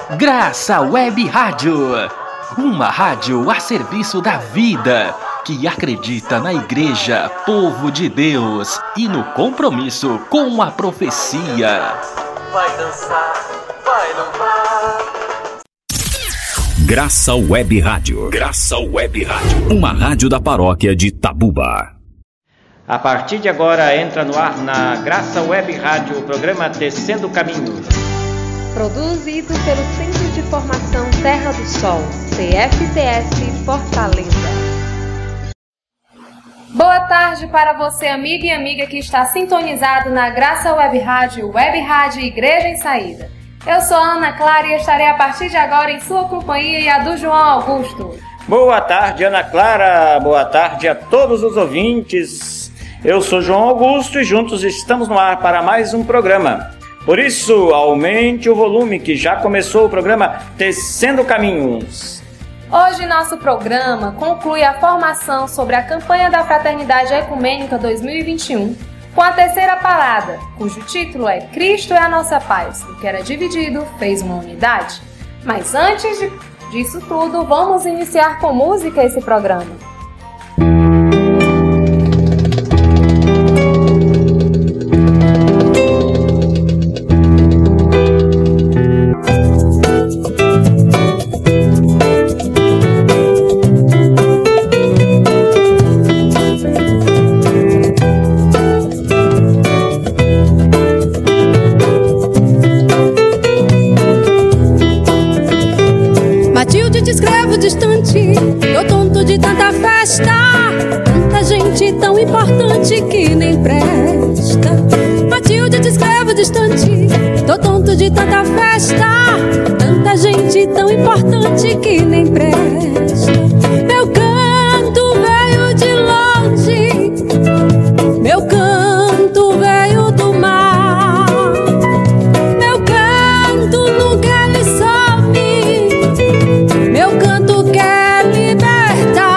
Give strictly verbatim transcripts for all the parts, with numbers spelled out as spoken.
Graça Web Rádio, uma rádio a serviço da vida, que acredita na Igreja, povo de Deus, e no compromisso com a profecia. Vai dançar, vai louvar. Graça Web Rádio. Graça Web Rádio. Uma rádio da paróquia de Tabuba. A partir de agora entra no ar na Graça Web Rádio o programa Tecendo Caminhos. Produzido pelo Centro de Formação Terra do Sol, C F T S Fortaleza. Boa tarde para você, amigo e amiga que está sintonizado na Graça Web Rádio, Web Rádio Igreja em Saída. Eu sou a Ana Clara e estarei a partir de agora em sua companhia e a do João Augusto. Boa tarde, Ana Clara. Boa tarde a todos os ouvintes. Eu sou João Augusto e juntos estamos no ar para mais um programa. Por isso, aumente o volume que já começou o programa Tecendo Caminhos. Hoje nosso programa conclui a formação sobre a campanha da Fraternidade Ecumênica dois mil e vinte e um com a terceira parada, cujo título é Cristo é a Nossa Paz, o que era dividido fez uma unidade. Mas antes de, disso tudo, vamos iniciar com música esse programa. Tô tonto de tanta festa, tanta gente tão importante que nem presta. Matilde, te escrevo distante. Tô tonto de tanta festa, tanta gente tão importante que nem presta. Meu canto veio de longe, meu canto veio do mar. Meu canto nunca ele some, meu canto quer libertar.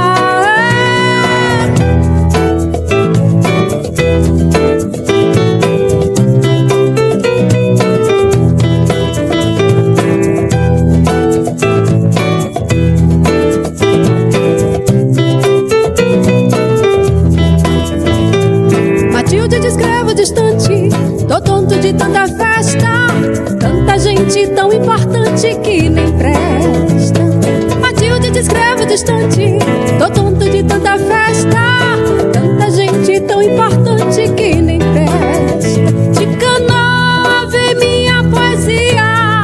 Matilde, te escrevo distante. Tô tonto de tanta festa, tanta gente tão importante que nem presta. Matilde, te escrevo distante. Tô tonto de tanta festa, tanta gente tão importante que nem presta. De Canoa vem minha poesia,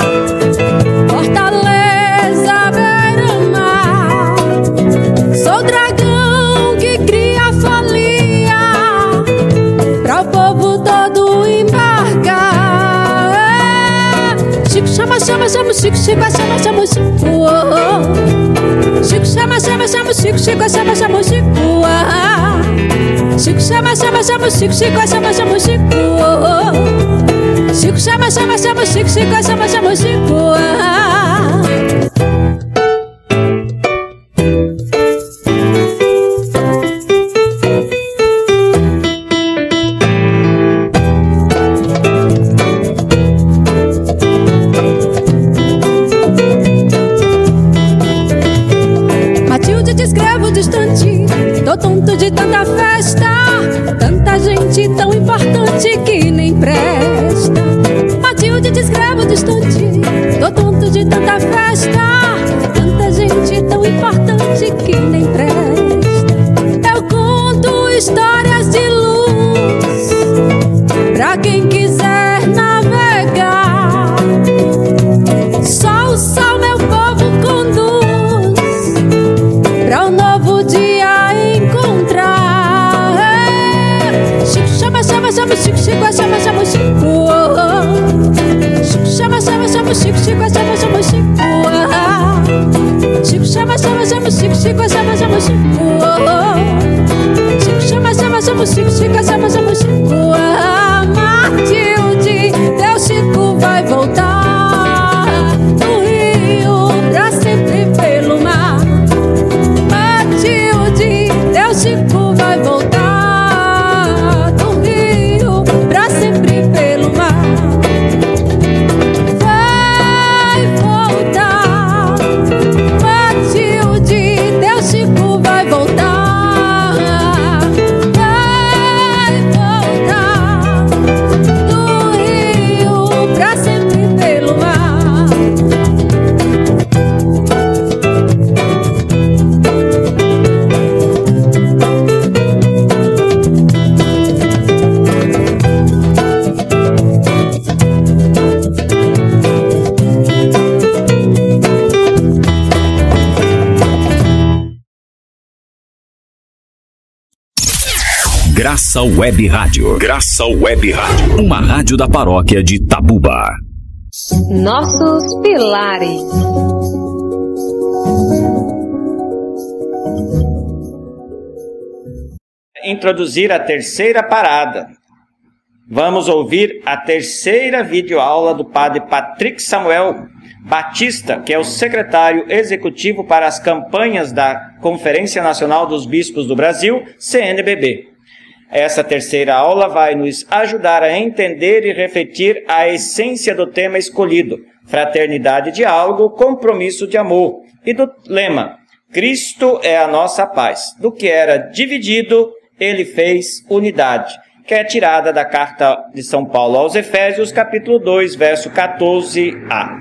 Fortaleza, beira-mar. Sou dragão que cria folia pra o povo todo embarcar. Chico chama, chama, chama, Chico, Chico, chama, chama, Chico. Oh, oh. Chico chama, chama, chama, Chico, Chico, chama, chama, Chico. Ah. Chico chama, chama, chama, Chico, Chico, chama, chama, Chico. Oh, oh. Chico chama, chama, chama, Chico, Chico, chama, chama, Chico. Ah. Matilde, te escrevo distante. Tô tonto de tanta festa, tanta gente tão importante que nem presta. Matilde, te escrevo distante. Tô tonto de tanta festa, tanta gente tão importante que nem presta. Eu conto histórias de luz pra quem quiser navegar. Só o sol meu povo conduz pra um novo dia encontrar. Chico chama, chama, chama, Chico, Chico, chama, chama, Chico. Oh, oh. Chico chama, chama, chama, Chico, Chico, chama, chama, Chico. Ah. Chico chama, chama, chama, Chico, Chico, chama, chama, Chico. Oh, oh. Chico chama, chama, chama, Chico, Chico, chama, chama, Chico. Ah. Matilde, teu Chico vai voltar do rio pra sempre pelo mar. Matilde, teu Chico vai voltar do rio pra sempre pelo mar. Vai Graça Web Rádio. Graça Web Rádio. Uma rádio da paróquia de Tabuba. Nossos pilares. Introduzir a terceira parada. Vamos ouvir a terceira videoaula do padre Patrick Samuel Batista, que é o secretário executivo para as campanhas da Conferência Nacional dos Bispos do Brasil, C N B B. Essa terceira aula vai nos ajudar a entender e refletir a essência do tema escolhido, fraternidade, diálogo, compromisso de amor, e do lema, Cristo é a nossa paz. Do que era dividido, ele fez unidade, que é tirada da carta de São Paulo aos Efésios, capítulo dois, verso quatorze a.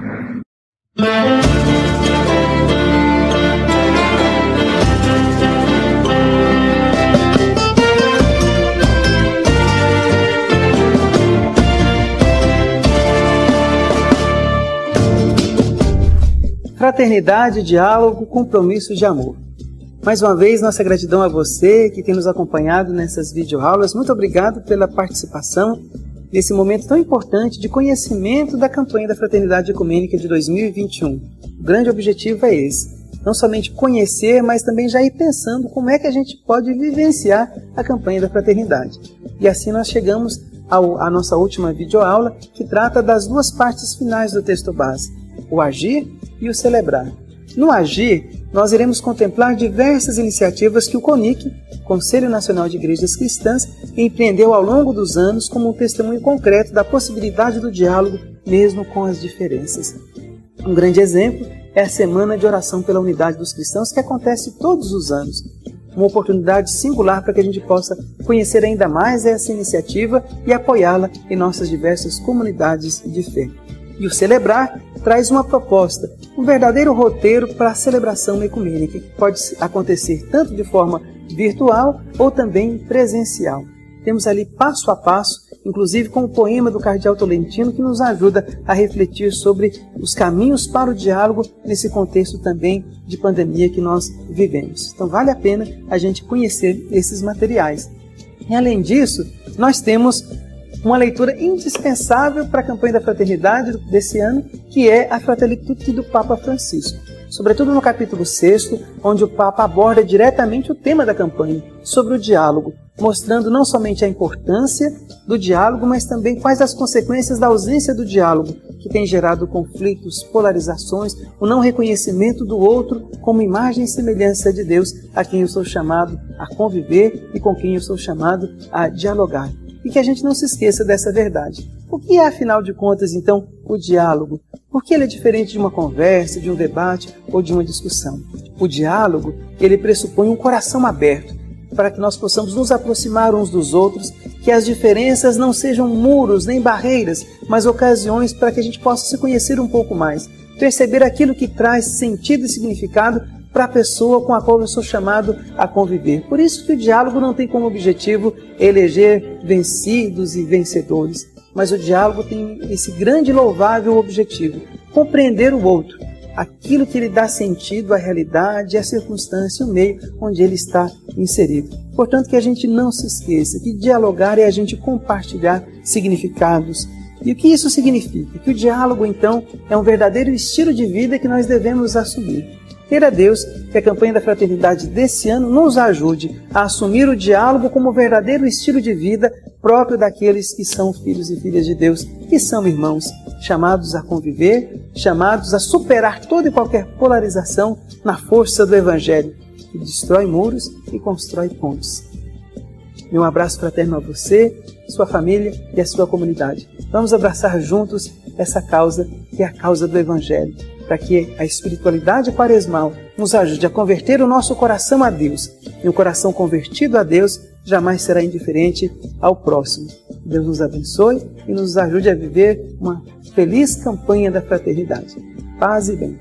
Fraternidade, diálogo, compromisso de amor. Mais uma vez, nossa gratidão a você que tem nos acompanhado nessas videoaulas. Muito obrigado pela participação nesse momento tão importante de conhecimento da campanha da Fraternidade Ecumênica de dois mil e vinte e um. O grande objetivo é esse, não somente conhecer, mas também já ir pensando como é que a gente pode vivenciar a campanha da Fraternidade. E assim nós chegamos ao, à nossa última videoaula, que trata das duas partes finais do texto base, o agir e o celebrar. No agir, nós iremos contemplar diversas iniciativas que o CONIC, Conselho Nacional de Igrejas Cristãs, empreendeu ao longo dos anos como um testemunho concreto da possibilidade do diálogo, mesmo com as diferenças. Um grande exemplo é a Semana de Oração pela Unidade dos Cristãos, que acontece todos os anos. Uma oportunidade singular para que a gente possa conhecer ainda mais essa iniciativa e apoiá-la em nossas diversas comunidades de fé. E o celebrar traz uma proposta, um verdadeiro roteiro para a celebração ecumênica, que pode acontecer tanto de forma virtual ou também presencial. Temos ali passo a passo, inclusive com o poema do Cardeal Tolentino, que nos ajuda a refletir sobre os caminhos para o diálogo nesse contexto também de pandemia que nós vivemos. Então vale a pena a gente conhecer esses materiais. E além disso, nós temos uma leitura indispensável para a campanha da fraternidade desse ano, que é a Fratelli Tutti do Papa Francisco. Sobretudo no capítulo sexto, onde o Papa aborda diretamente o tema da campanha, sobre o diálogo, mostrando não somente a importância do diálogo, mas também quais as consequências da ausência do diálogo, que tem gerado conflitos, polarizações, o não reconhecimento do outro como imagem e semelhança de Deus, a quem eu sou chamado a conviver e com quem eu sou chamado a dialogar. E que a gente não se esqueça dessa verdade. O que é, afinal de contas, então, o diálogo? Por que ele é diferente de uma conversa, de um debate ou de uma discussão? O diálogo, ele pressupõe um coração aberto, para que nós possamos nos aproximar uns dos outros, que as diferenças não sejam muros nem barreiras, mas ocasiões para que a gente possa se conhecer um pouco mais, perceber aquilo que traz sentido e significado para a pessoa com a qual eu sou chamado a conviver. Por isso que o diálogo não tem como objetivo eleger vencidos e vencedores, mas o diálogo tem esse grande e louvável objetivo, compreender o outro, aquilo que lhe dá sentido à realidade, à circunstância, o meio onde ele está inserido. Portanto, que a gente não se esqueça que dialogar é a gente compartilhar significados. E o que isso significa? Que o diálogo, então, é um verdadeiro estilo de vida que nós devemos assumir. Queira Deus que a campanha da fraternidade desse ano nos ajude a assumir o diálogo como verdadeiro estilo de vida próprio daqueles que são filhos e filhas de Deus, que são irmãos, chamados a conviver, chamados a superar toda e qualquer polarização na força do Evangelho, que destrói muros e constrói pontes. E um abraço fraterno a você, sua família e a sua comunidade. Vamos abraçar juntos essa causa que é a causa do Evangelho, para que a espiritualidade quaresmal nos ajude a converter o nosso coração a Deus. E o coração convertido a Deus jamais será indiferente ao próximo. Deus nos abençoe e nos ajude a viver uma feliz campanha da fraternidade. Paz e bem.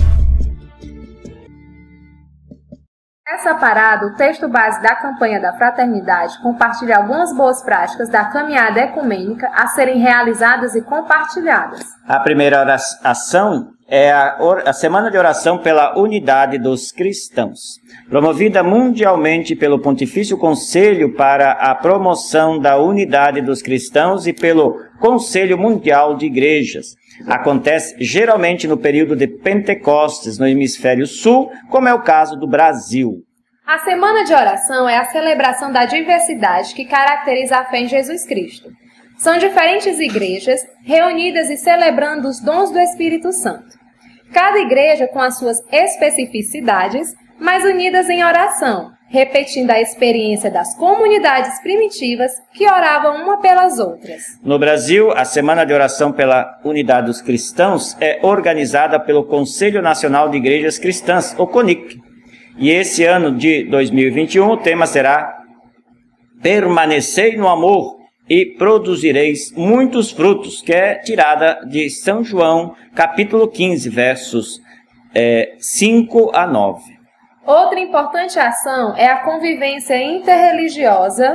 Nessa parada, o texto base da campanha da fraternidade compartilha algumas boas práticas da caminhada ecumênica a serem realizadas e compartilhadas. A primeira ação é a, a Semana de Oração pela Unidade dos Cristãos, promovida mundialmente pelo Pontifício Conselho para a Promoção da Unidade dos Cristãos e pelo Conselho Mundial de Igrejas. Acontece geralmente no período de Pentecostes, no Hemisfério Sul, como é o caso do Brasil. A Semana de Oração é a celebração da diversidade que caracteriza a fé em Jesus Cristo. São diferentes igrejas reunidas e celebrando os dons do Espírito Santo. Cada igreja com as suas especificidades, mas unidas em oração, repetindo a experiência das comunidades primitivas que oravam uma pelas outras. No Brasil, a Semana de Oração pela Unidade dos Cristãos é organizada pelo Conselho Nacional de Igrejas Cristãs, o CONIC. E esse ano de dois mil e vinte e um o tema será Permanecei no Amor e produzireis muitos frutos, que é tirada de São João, capítulo quinze, versos é, cinco a nove. Outra importante ação é a convivência interreligiosa,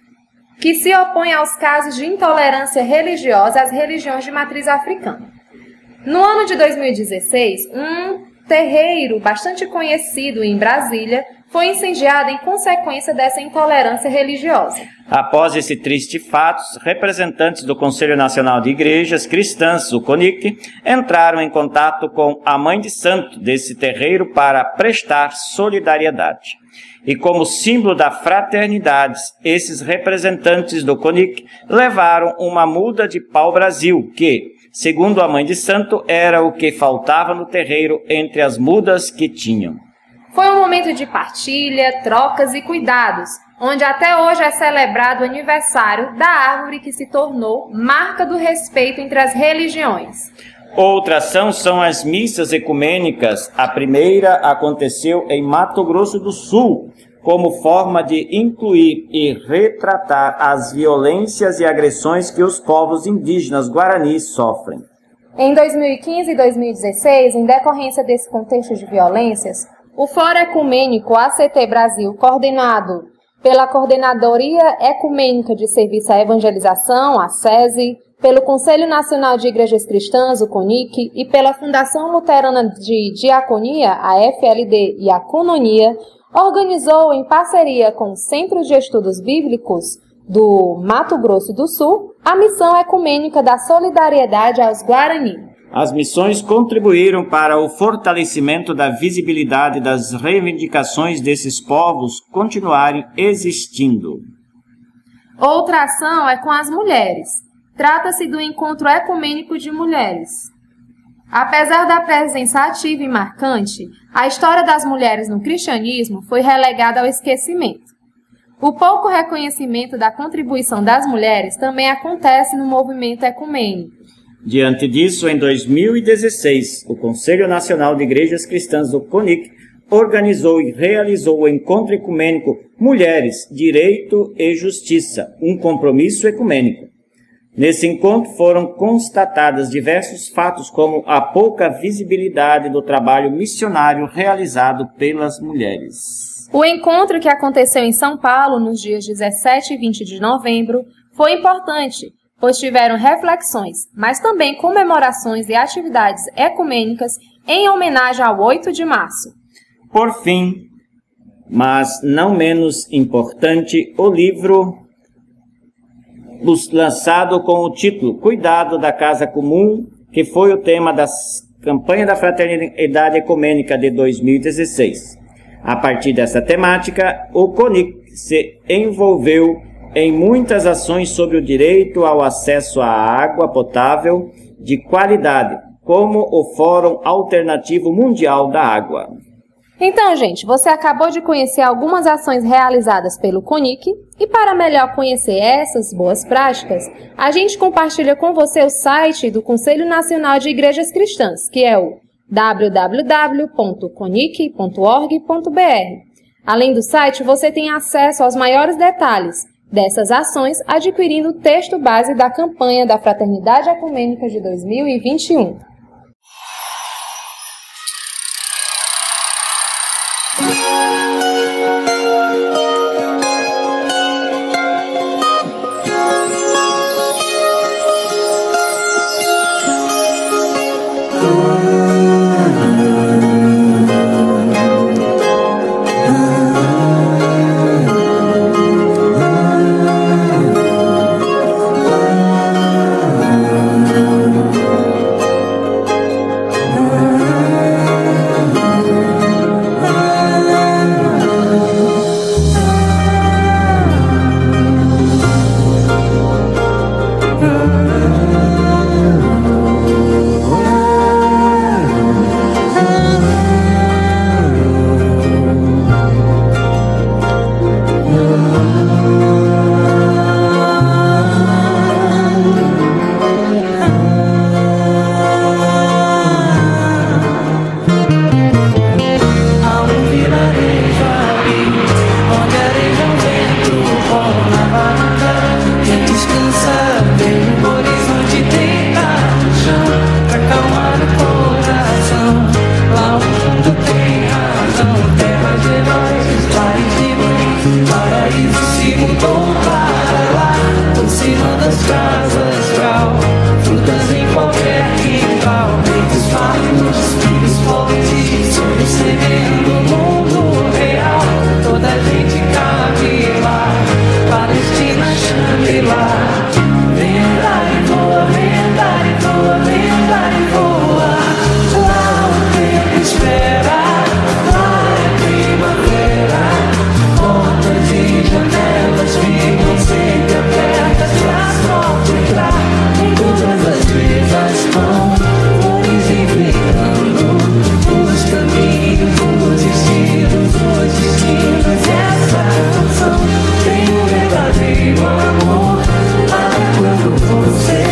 que se opõe aos casos de intolerância religiosa às religiões de matriz africana. No ano de dois mil e dezesseis, um terreiro bastante conhecido em Brasília foi incendiado em consequência dessa intolerância religiosa. Após esse triste fato, representantes do Conselho Nacional de Igrejas Cristãs, o CONIC, entraram em contato com a mãe de santo desse terreiro para prestar solidariedade. E como símbolo da fraternidade, esses representantes do CONIC levaram uma muda de pau-brasil, que, segundo a mãe de santo, era o que faltava no terreiro entre as mudas que tinham. Foi um momento de partilha, trocas e cuidados, onde até hoje é celebrado o aniversário da árvore que se tornou marca do respeito entre as religiões. Outra ação são as missas ecumênicas. A primeira aconteceu em Mato Grosso do Sul, como forma de incluir e retratar as violências e agressões que os povos indígenas guaranis sofrem. Em dois mil e quinze e dois mil e dezesseis, em decorrência desse contexto de violências, o Fórum Ecumênico A C T Brasil, coordenado pela Coordenadoria Ecumênica de Serviço à Evangelização, a SESI, pelo Conselho Nacional de Igrejas Cristãs, o CONIC, e pela Fundação Luterana de Diaconia, a F L D, e a Cononia, organizou, em parceria com o Centro de Estudos Bíblicos do Mato Grosso do Sul, a Missão Ecumênica da Solidariedade aos Guarani. As missões contribuíram para o fortalecimento da visibilidade das reivindicações desses povos continuarem existindo. Outra ação é com as mulheres. Trata-se do Encontro Ecumênico de Mulheres. Apesar da presença ativa e marcante, a história das mulheres no cristianismo foi relegada ao esquecimento. O pouco reconhecimento da contribuição das mulheres também acontece no movimento ecumênico. Diante disso, em dois mil e dezesseis, o Conselho Nacional de Igrejas Cristãs, o CONIC, organizou e realizou o encontro ecumênico Mulheres, Direito e Justiça, um compromisso ecumênico. Nesse encontro foram constatados diversos fatos, como a pouca visibilidade do trabalho missionário realizado pelas mulheres. O encontro, que aconteceu em São Paulo nos dias dezessete e vinte de novembro, foi importante, pois tiveram reflexões, mas também comemorações e atividades ecumênicas em homenagem ao oito de março. Por fim, mas não menos importante, o livro lançado com o título Cuidado da Casa Comum, que foi o tema da campanha da Fraternidade Ecumênica de dois mil e dezesseis. A partir dessa temática, o CONIC se envolveu em muitas ações sobre o direito ao acesso à água potável de qualidade, como o Fórum Alternativo Mundial da Água. Então, gente, você acabou de conhecer algumas ações realizadas pelo CONIC, e para melhor conhecer essas boas práticas, a gente compartilha com você o site do Conselho Nacional de Igrejas Cristãs, que é o w w w ponto conic ponto org ponto b r. Além do site, você tem acesso aos maiores detalhes dessas ações, adquirindo o texto base da campanha da Fraternidade Ecumênica de dois mil e vinte e um. Oh esperança, vem no horizonte, deita no chão, pra acalmar o coração. Lá o mundo tem razão, terra de heróis, lares de mães, paraíso se mudou para lá. Por cima das casas, grau, frutas em qualquer quintal, leitos fartos, filhos fortes, sonhos semeando o mundo real. Toda a gente cabe lá, Palestina, Shangri-La. Vem andar e voa, vem andar e voa, vem andar e voa. Lá o tempo espera, lá é primavera. Portas e janelas ficam sempre abertas pra sorte entrar. Em todas as mesas vão flores enfeitando os caminhos, os destinos, os destinos. Essa canção tem um verdadeiro amor lá quando você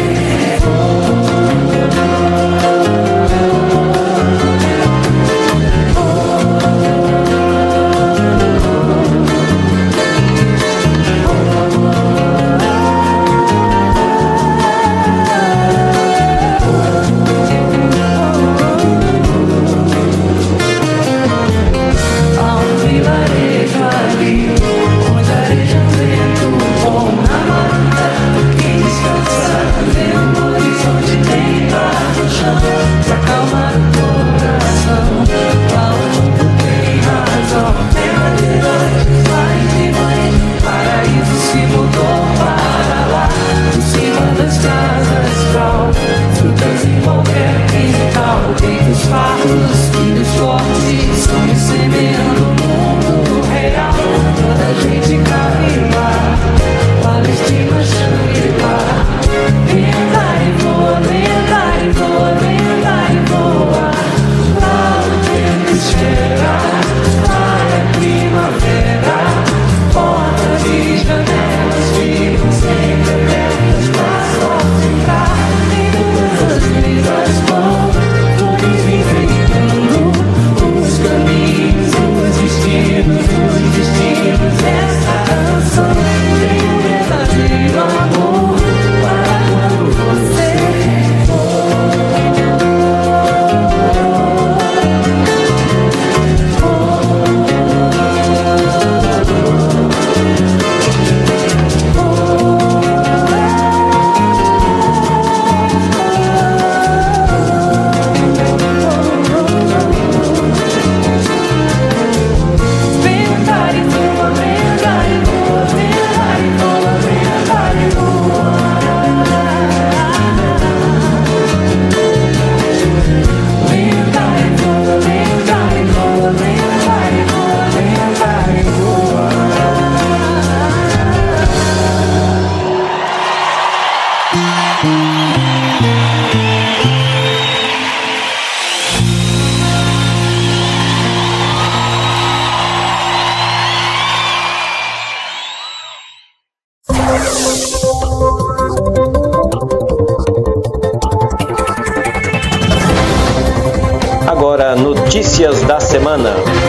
Agora, notícias da semana.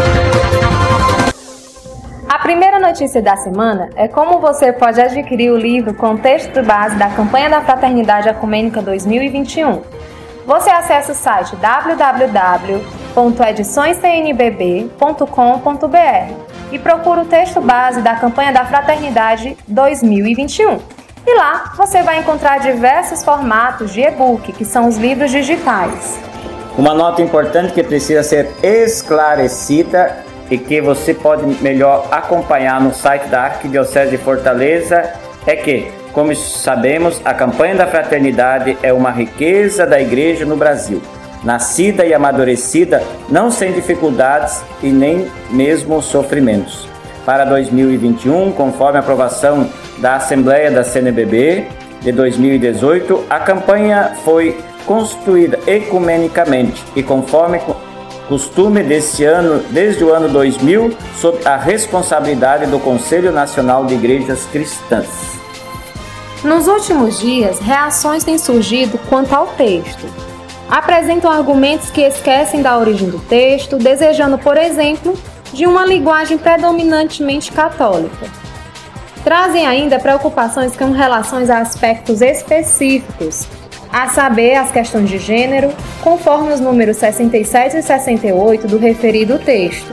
A primeira notícia da semana é como você pode adquirir o livro Contexto Base da Campanha da Fraternidade Ecumênica dois mil e vinte e um. Você acessa o site w w w ponto edições c n b b ponto com ponto b r e procura o texto base da Campanha da Fraternidade dois mil e vinte e um. E lá você vai encontrar diversos formatos de e-book, que são os livros digitais. Uma nota importante que precisa ser esclarecida e que você pode melhor acompanhar no site da Arquidiocese de Fortaleza é que, como sabemos, a Campanha da Fraternidade é uma riqueza da Igreja no Brasil, nascida e amadurecida não sem dificuldades e nem mesmo sofrimentos. Para dois mil e vinte e um, conforme a aprovação da Assembleia da C N B B de dois mil e dezoito, a campanha foi construída ecumenicamente e conforme costume deste ano, desde o ano dois mil, sob a responsabilidade do Conselho Nacional de Igrejas Cristãs. Nos últimos dias, reações têm surgido quanto ao texto. Apresentam argumentos que esquecem da origem do texto, desejando, por exemplo, de uma linguagem predominantemente católica. trazem ainda preocupações com relações a aspectos específicos, a saber, as questões de gênero, conforme os números sessenta e sete e sessenta e oito do referido texto.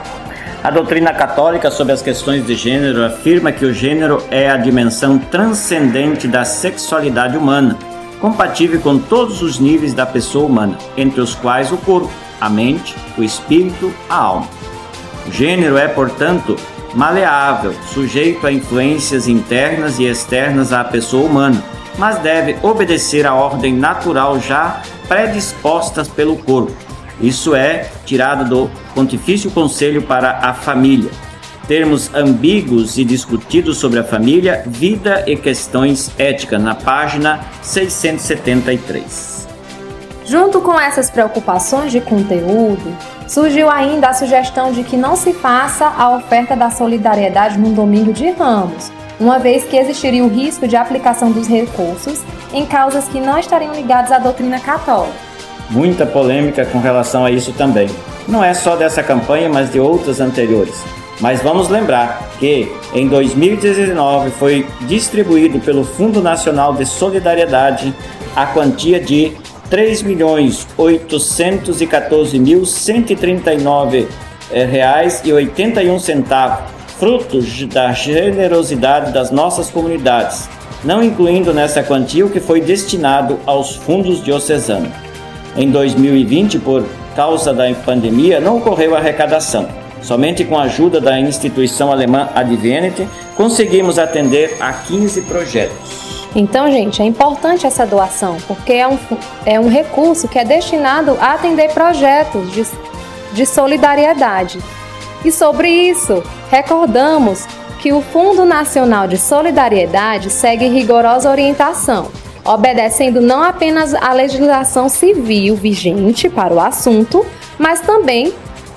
A doutrina católica sobre as questões de gênero afirma que o gênero é a dimensão transcendente da sexualidade humana, compatível com todos os níveis da pessoa humana, entre os quais o corpo, a mente, o espírito, a alma. O gênero é, portanto, maleável, sujeito a influências internas e externas à pessoa humana, mas deve obedecer à ordem natural já predispostas pelo corpo. Isso é tirado do Pontifício Conselho para a Família. Termos ambíguos e discutidos sobre a família, vida e questões éticas, na página seiscentos e setenta e três. Junto com essas preocupações de conteúdo, surgiu ainda a sugestão de que não se faça a oferta da solidariedade no domingo de Ramos, uma vez que existiria o risco de aplicação dos recursos em causas que não estariam ligadas à doutrina católica. Muita polêmica com relação a isso também. Não é só dessa campanha, mas de outras anteriores. Mas vamos lembrar que em dois mil e dezenove foi distribuído pelo Fundo Nacional de Solidariedade a quantia de três milhões oitocentos e quatorze mil cento e trinta e nove reais e oitenta e um centavos, frutos da generosidade das nossas comunidades, não incluindo nessa quantia o que foi destinado aos fundos diocesanos. Em dois mil e vinte, por causa da pandemia, não ocorreu arrecadação. Somente com a ajuda da instituição alemã Advent, conseguimos atender a quinze projetos. Então, gente, é importante essa doação, porque é um, é um recurso que é destinado a atender projetos de, de solidariedade. E sobre isso, recordamos que o Fundo Nacional de Solidariedade segue rigorosa orientação, obedecendo não apenas à legislação civil vigente para o assunto, mas também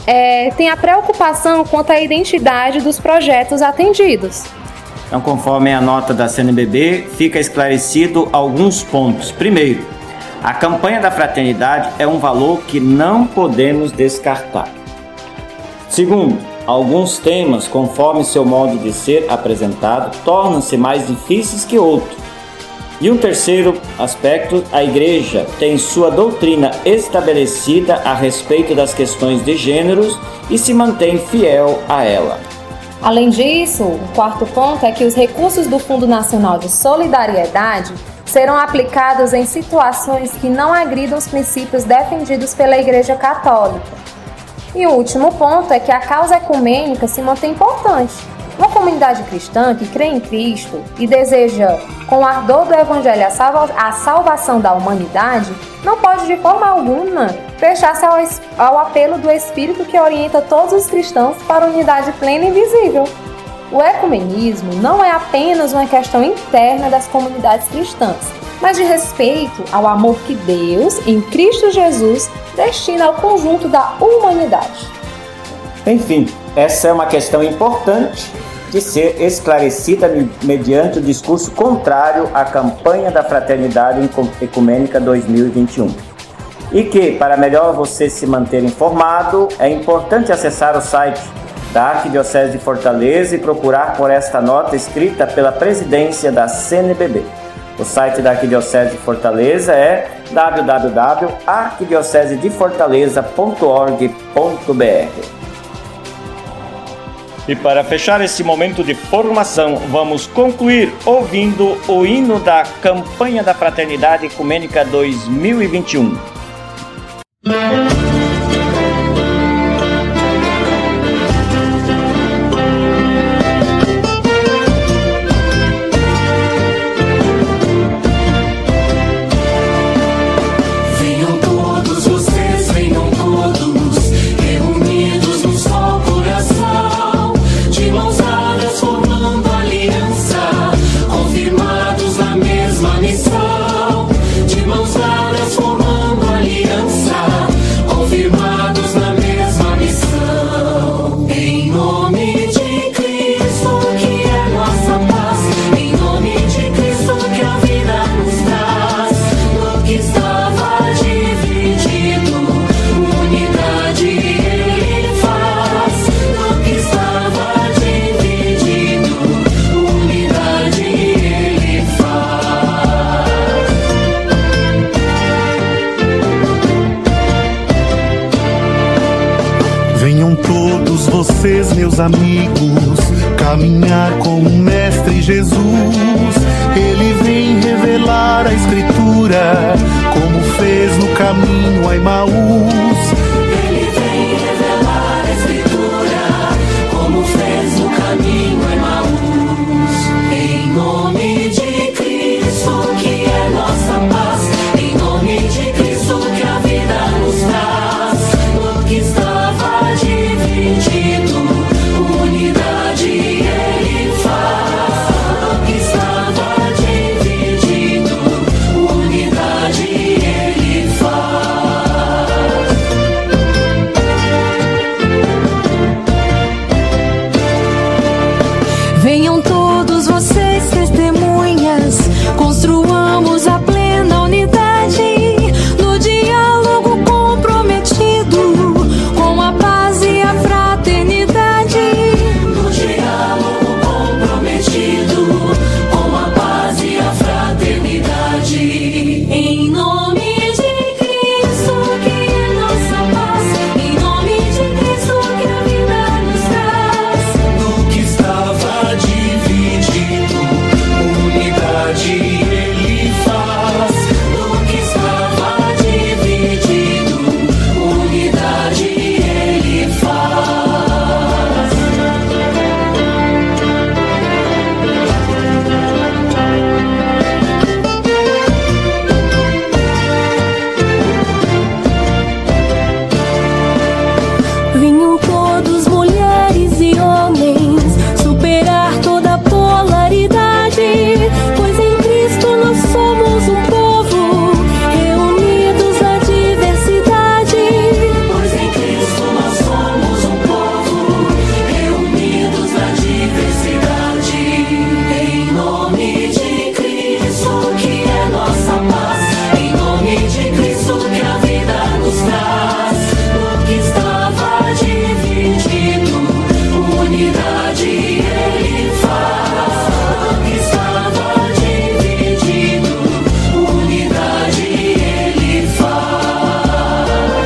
é, tem a preocupação quanto à identidade dos projetos atendidos. Então, conforme a nota da C N B B, fica esclarecido alguns pontos. Primeiro, a campanha da fraternidade é um valor que não podemos descartar. Segundo, alguns temas, conforme seu modo de ser apresentado, tornam-se mais difíceis que outros. E um terceiro aspecto, a Igreja tem sua doutrina estabelecida a respeito das questões de gêneros e se mantém fiel a ela. Além disso, o quarto ponto é que os recursos do Fundo Nacional de Solidariedade serão aplicados em situações que não agridam os princípios defendidos pela Igreja Católica. E o último ponto é que a causa ecumênica se mantém importante. Uma comunidade cristã que crê em Cristo e deseja, com o ardor do Evangelho, a, salva- a salvação da humanidade, não pode de forma alguma fechar-se ao, es- ao apelo do Espírito que orienta todos os cristãos para a unidade plena e visível. O ecumenismo não é apenas uma questão interna das comunidades cristãs, mas de respeito ao amor que Deus, em Cristo Jesus, destina ao conjunto da humanidade. Enfim, essa é uma questão importante de ser esclarecida mediante o discurso contrário à campanha da Fraternidade Ecumênica dois mil e vinte e um. E que, para melhor você se manter informado, é importante acessar o site da Arquidiocese de Fortaleza e procurar por esta nota escrita pela presidência da C N B B. O site da Arquidiocese de Fortaleza é w w w ponto arquidiocese de fortaleza ponto org ponto b r. E para fechar esse momento de formação, vamos concluir ouvindo o hino da Campanha da Fraternidade Ecumênica dois mil e vinte e um. Unidade vocês, meus amigos, caminhar com o Mestre Jesus. Ele vem revelar a Escritura, como fez no caminho a Emaús. Ele vem revelar a Escritura, como fez no caminho a Emaús. Em nome de Cristo, que é nossa paz, em nome de Cristo, que a vida nos traz. O que estava dividido, unidade Ele faz. O que estava dividido, unidade Ele faz. Venham todos vocês, testemunhas, construamos a plena unidade, no diálogo comprometido, com a paz e a fraternidade. No diálogo comprometido, com a paz e a fraternidade. Em nome de Cristo, que é nossa paz, em nome de Cristo, que a vida nos traz. No que estava dividido, unidade Ele faz. No que estava dividido, unidade Ele faz. Venham todos, mulheres e homens, superar toda polaridade, pois em Cristo nós somos um povo, reunidos na diversidade. Pois em Cristo nós somos um povo, reunidos na diversidade. Em nome de Cristo, que é nossa paz, em nome de Cristo, que a vida nos traz. O que estava dividido, unidade Ele faz. O que estava dividido, unidade Ele faz.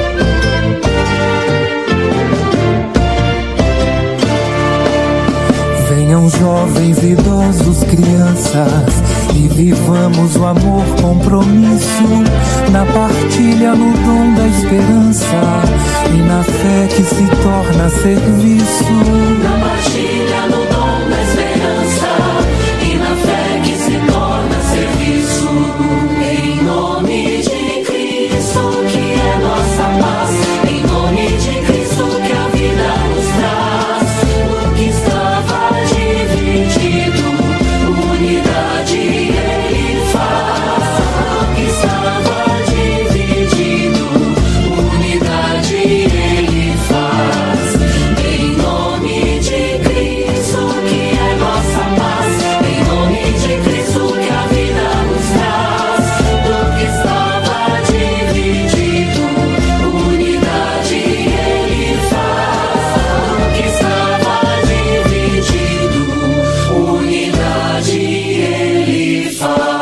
Venham jovens, idosos, crianças, e vivamos o amor, compromisso, na partilha, no dom da esperança, e na fé que se torna serviço. Na partilha, no dom da esperança, e na fé que se torna serviço. Em nome de Cristo, que é nossa paz, em nome de Cristo, que a vida nos traz. O que estava dividido, unidade Ele faz. O que estava dividido, unidade Ele faz. Em nome de Cristo, que é nossa paz, em nome de Cristo, que a vida nos traz. Do que estava dividido, unidade Ele faz. Do que estava dividido, unidade Ele faz.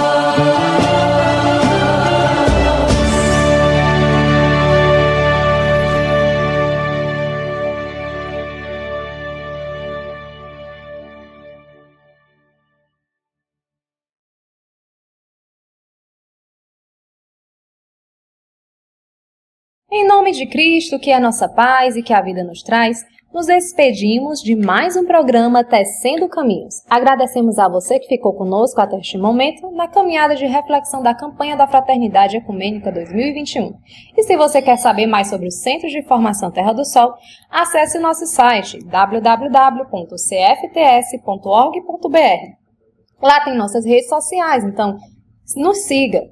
Em nome de Cristo, que é a nossa paz e que a vida nos traz, nos despedimos de mais um programa Tecendo Caminhos. Agradecemos a você que ficou conosco até este momento na caminhada de reflexão da campanha da Fraternidade Ecumênica dois mil e vinte e um. E se você quer saber mais sobre o Centro de Formação Terra do Sol, acesse o nosso site w w w ponto c f t s ponto org ponto b r. Lá tem nossas redes sociais, então nos siga.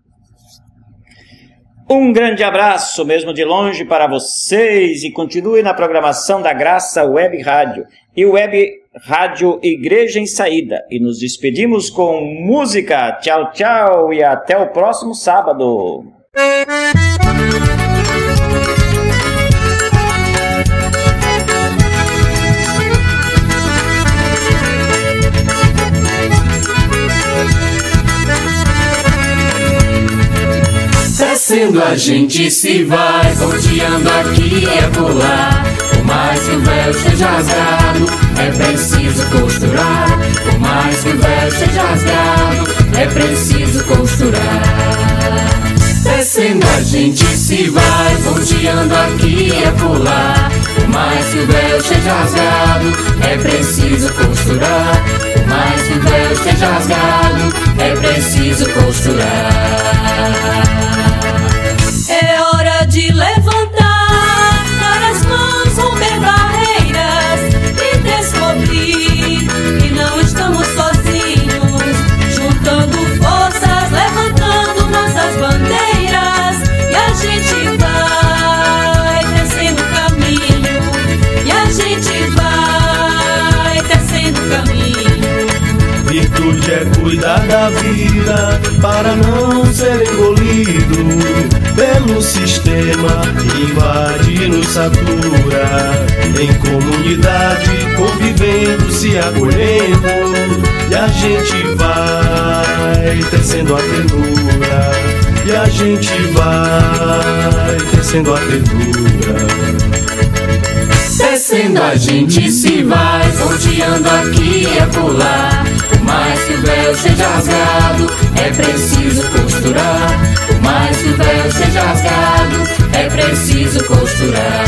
Um grande abraço, mesmo de longe, para vocês e continue na programação da Graça Web Rádio e Web Rádio Igreja em Saída. E nos despedimos com música. Tchau, tchau e até o próximo sábado. Descendo a gente se vai, volteando aqui e acolá. mais que o véu esteja rasgado, é preciso costurar. Por mais que o véu esteja rasgado, é preciso costurar. Descendo a gente se vai, ponteando aqui e acolá. Por mais que o véu esteja rasgado, é preciso costurar. Por mais que o véu esteja rasgado, é preciso costurar. É hora de levantar, dar as mãos, romper barreiras e descobrir que não estamos sozinhos, juntando forças, levantando nossas bandeiras, e a gente vai tecendo caminho, e a gente vai tecendo caminho. Virtude é cuidar da vida para não ser engolido pelo sistema, invade, nos satura. Em comunidade, convivendo, se acolhendo, e a gente vai tecendo a ternura, e a gente vai tecendo a ternura. Descendo a gente se vai, ponteando aqui e acolá. Por mais que o véu seja rasgado, é preciso costurar. Por mais que o véu seja rasgado, é preciso costurar.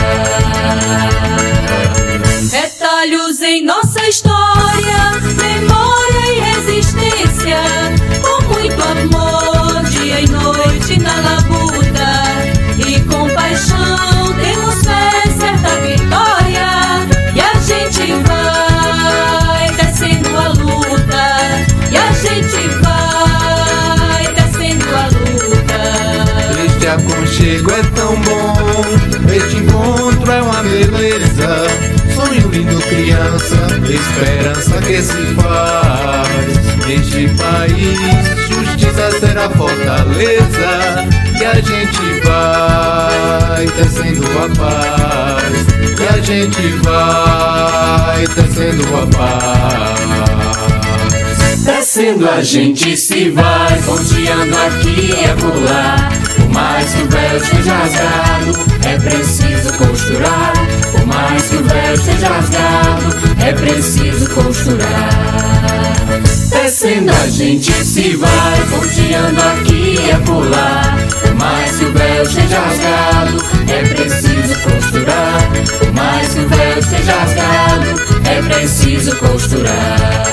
Retalhos em nossa história, memória e resistência, com muito amor, dia e noite na labuta, e com paixão temos fé, certa vitória, e a gente vai tecendo a luta, e a gente vai tecendo a luta. Este aconchego é tão bom, este encontro é uma beleza, sonho lindo, criança, esperança que se faz. Neste país, justiça será fortaleza, e a gente vai tecendo a paz, e a gente vai tecendo a paz. Descendo a gente se vai, ponteando aqui e acolá. Por mais que o véu esteja rasgado, é preciso costurar. Por mais que o véu esteja rasgado, é preciso costurar. Descendo a gente se vai, ponteando aqui e acolá. Por mais que o véu esteja rasgado, é preciso costurar. Por mais que o véu esteja rasgado, é preciso costurar.